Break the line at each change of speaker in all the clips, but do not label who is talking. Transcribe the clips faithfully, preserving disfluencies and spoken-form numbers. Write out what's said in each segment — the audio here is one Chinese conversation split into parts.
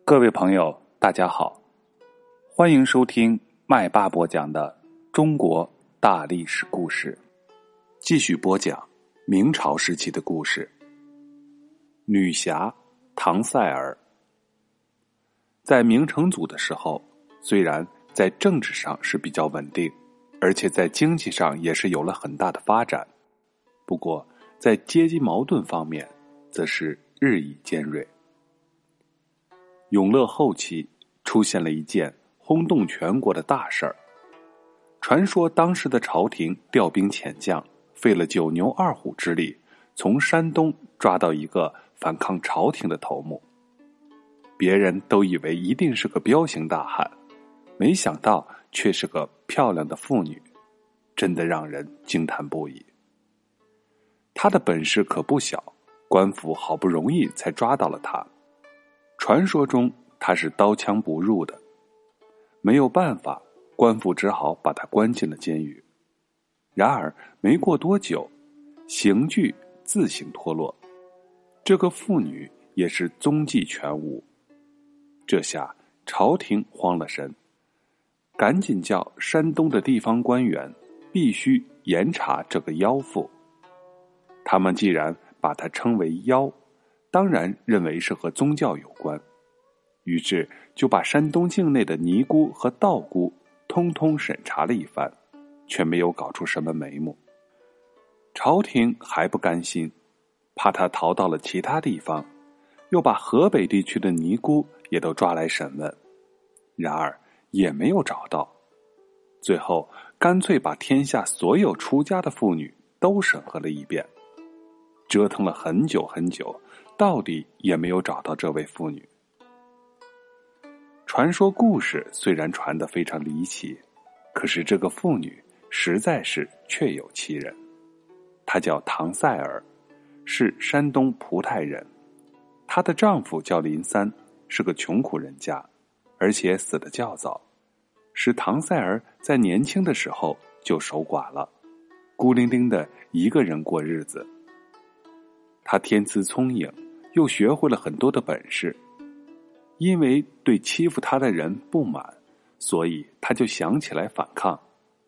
各位朋友，大家好，欢迎收听麦巴播讲的中国大历史故事，继续播讲明朝时期的故事。女侠唐赛儿。在明成祖的时候，虽然在政治上是比较稳定，而且在经济上也是有了很大的发展，不过在阶级矛盾方面则是日益尖锐。永乐后期出现了一件轰动全国的大事儿，传说当时的朝廷调兵遣将，费了九牛二虎之力，从山东抓到一个反抗朝廷的头目。别人都以为一定是个彪形大汉，没想到却是个漂亮的妇女，真的让人惊叹不已。他的本事可不小，官府好不容易才抓到了他。传说中他是刀枪不入的，没有办法，官府只好把他关进了监狱。然而没过多久，刑具自行脱落，这个妇女也是踪迹全无。这下朝廷慌了神，赶紧叫山东的地方官员必须严查这个妖妇。他们既然把她称为妖，当然认为是和宗教有关，于是就把山东境内的尼姑和道姑通通审查了一番，却没有搞出什么眉目。朝廷还不甘心，怕他逃到了其他地方，又把河北地区的尼姑也都抓来审问，然而也没有找到。最后干脆把天下所有出家的妇女都审核了一遍，折腾了很久很久，到底也没有找到这位妇女。传说故事虽然传得非常离奇，可是这个妇女实在是确有其人。她叫唐赛儿，是山东蒲太人。她的丈夫叫林三，是个穷苦人家，而且死得较早，使唐赛儿在年轻的时候就守寡了，孤零零的一个人过日子。她天资聪颖，又学会了很多的本事。因为对欺负他的人不满，所以他就想起来反抗。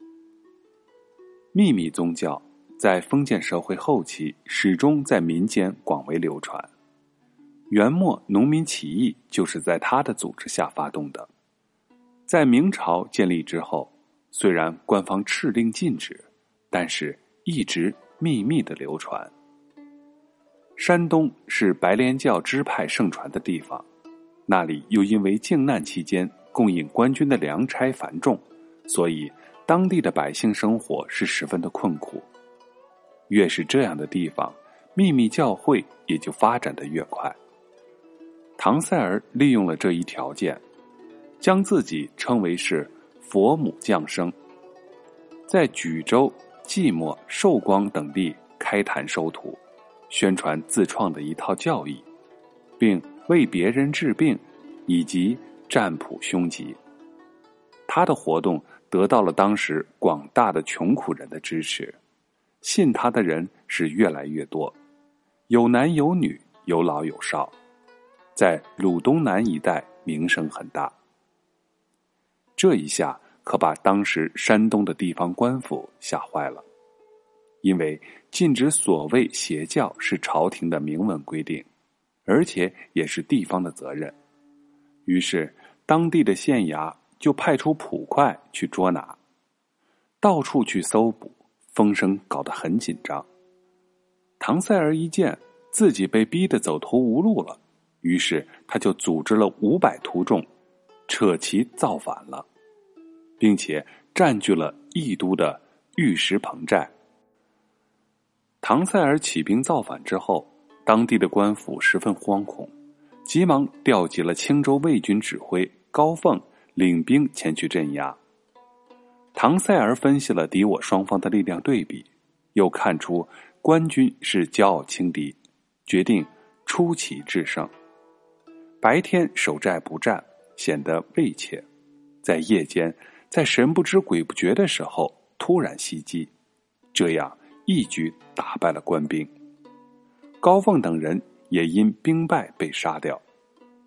秘密宗教在封建社会后期始终在民间广为流传。元末农民起义就是在他的组织下发动的。在明朝建立之后，虽然官方敕令禁止，但是一直秘密的流传。山东是白莲教支派盛传的地方，那里又因为靖难期间供应官军的粮差繁重，所以当地的百姓生活是十分的困苦。越是这样的地方，秘密教会也就发展得越快。唐赛儿利用了这一条件，将自己称为是佛母降生，在莒州、即墨、寿光等地开坛收徒，宣传自创的一套教义，并为别人治病以及占卜凶吉。他的活动得到了当时广大的穷苦人的支持，信他的人是越来越多，有男有女，有老有少，在鲁东南一带名声很大。这一下可把当时山东的地方官府吓坏了，因为禁止所谓邪教是朝廷的明文规定，而且也是地方的责任。于是当地的县衙就派出捕快去捉拿，到处去搜捕，风声搞得很紧张。唐赛儿一见自己被逼得走投无路了，于是他就组织了五百徒众扯旗造反了，并且占据了义都的玉石棚寨。唐赛儿起兵造反之后，当地的官府十分惶恐，急忙调集了青州卫军指挥高凤领兵前去镇压。唐赛儿分析了敌我双方的力量对比，又看出官军是骄傲轻敌，决定出奇制胜。白天守寨不战，显得畏怯，在夜间，在神不知鬼不觉的时候突然袭击，这样一举打败了官兵。高凤等人也因兵败被杀掉。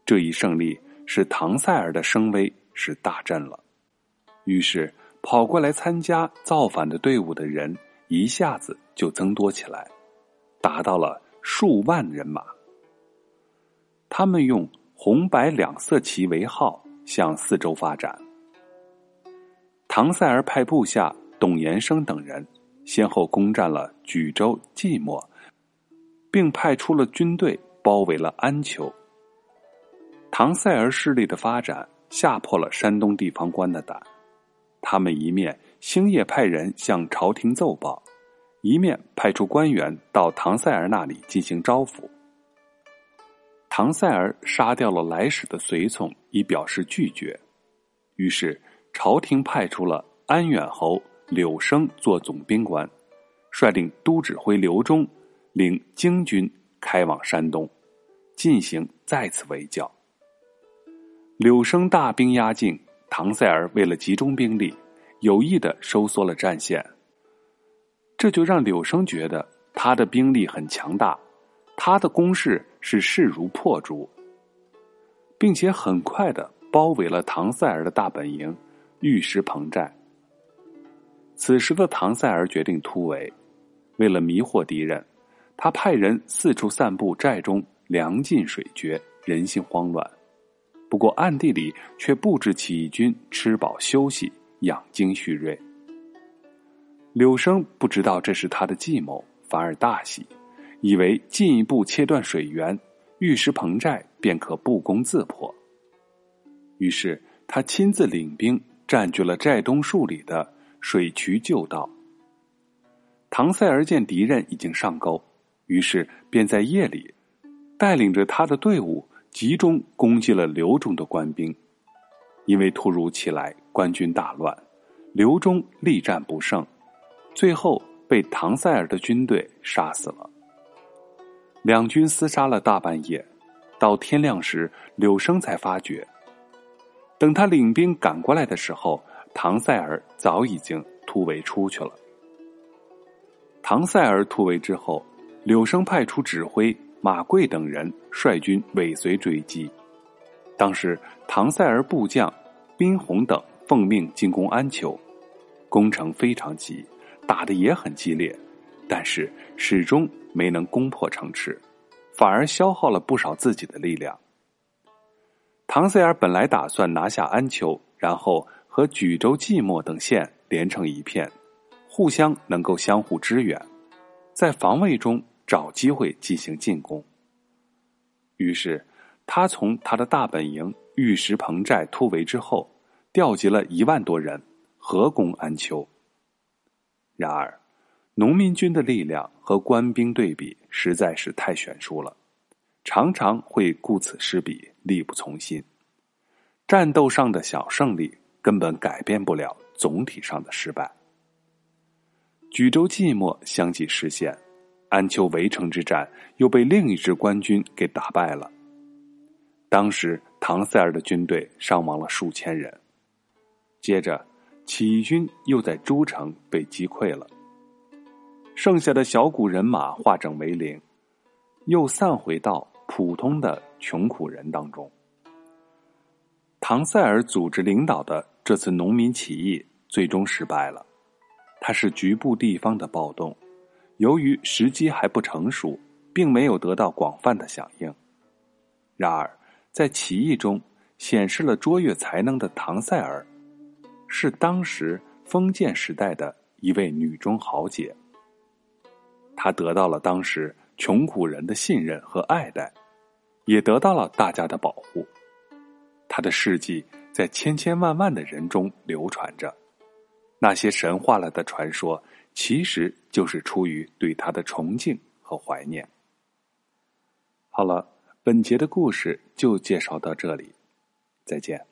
这一胜利使唐塞尔的声威是大振了，于是跑过来参加造反的队伍的人一下子就增多起来，达到了数万人马。他们用红白两色旗为号，向四周发展。唐塞尔派部下董延生等人先后攻占了莒州、即墨，并派出了军队包围了安丘。唐塞尔势力的发展吓破了山东地方官的胆，他们一面星夜派人向朝廷奏报，一面派出官员到唐塞尔那里进行招抚。唐塞尔杀掉了来使的随从，以表示拒绝。于是朝廷派出了安远侯柳生做总兵官，率领都指挥刘忠领京军开往山东，进行再次围剿。柳生大兵压境，唐塞尔为了集中兵力，有意地收缩了战线，这就让柳生觉得他的兵力很强大，他的攻势是势如破竹，并且很快地包围了唐塞尔的大本营玉石棚寨。此时的唐塞尔决定突围，为了迷惑敌人，他派人四处散布寨中粮尽水绝，人心慌乱。不过暗地里却布置起义军吃饱休息，养精蓄锐。柳生不知道这是他的计谋，反而大喜，以为进一步切断水源，玉石棚寨便可不攻自破。于是他亲自领兵占据了寨东数里的水渠旧道。唐塞尔见敌人已经上钩，于是便在夜里带领着他的队伍集中攻击了刘忠的官兵。因为突如其来，官军大乱，刘忠力战不胜，最后被唐塞尔的军队杀死了。两军厮杀了大半夜，到天亮时，柳生才发觉。等他领兵赶过来的时候，唐塞尔早已经突围出去了。唐塞尔突围之后，柳生派出指挥马贵等人率军尾随追击。当时唐塞尔部将宾宏等奉命进攻安丘，攻城非常急，打得也很激烈，但是始终没能攻破城池，反而消耗了不少自己的力量。唐塞尔本来打算拿下安丘，然后和莒州、即墨等县连成一片，互相能够相互支援，在防卫中找机会进行进攻。于是他从他的大本营玉石棚寨突围之后，调集了一万多人合攻安丘。然而农民军的力量和官兵对比实在是太悬殊了，常常会顾此失彼，力不从心。战斗上的小胜利根本改变不了总体上的失败。莒州、即墨相继失陷，安丘围城之战又被另一支官军给打败了。当时唐塞尔的军队伤亡了数千人。接着起义军又在诸城被击溃了，剩下的小股人马化整为零，又散回到普通的穷苦人当中。唐塞尔组织领导的这次农民起义最终失败了，它是局部地方的暴动，由于时机还不成熟，并没有得到广泛的响应。然而在起义中显示了卓越才能的唐塞尔，是当时封建时代的一位女中豪杰。她得到了当时穷苦人的信任和爱戴，也得到了大家的保护。她的事迹在千千万万的人中流传着，那些神话了的传说，其实就是出于对她的崇敬和怀念。好了，本节的故事就介绍到这里，再见。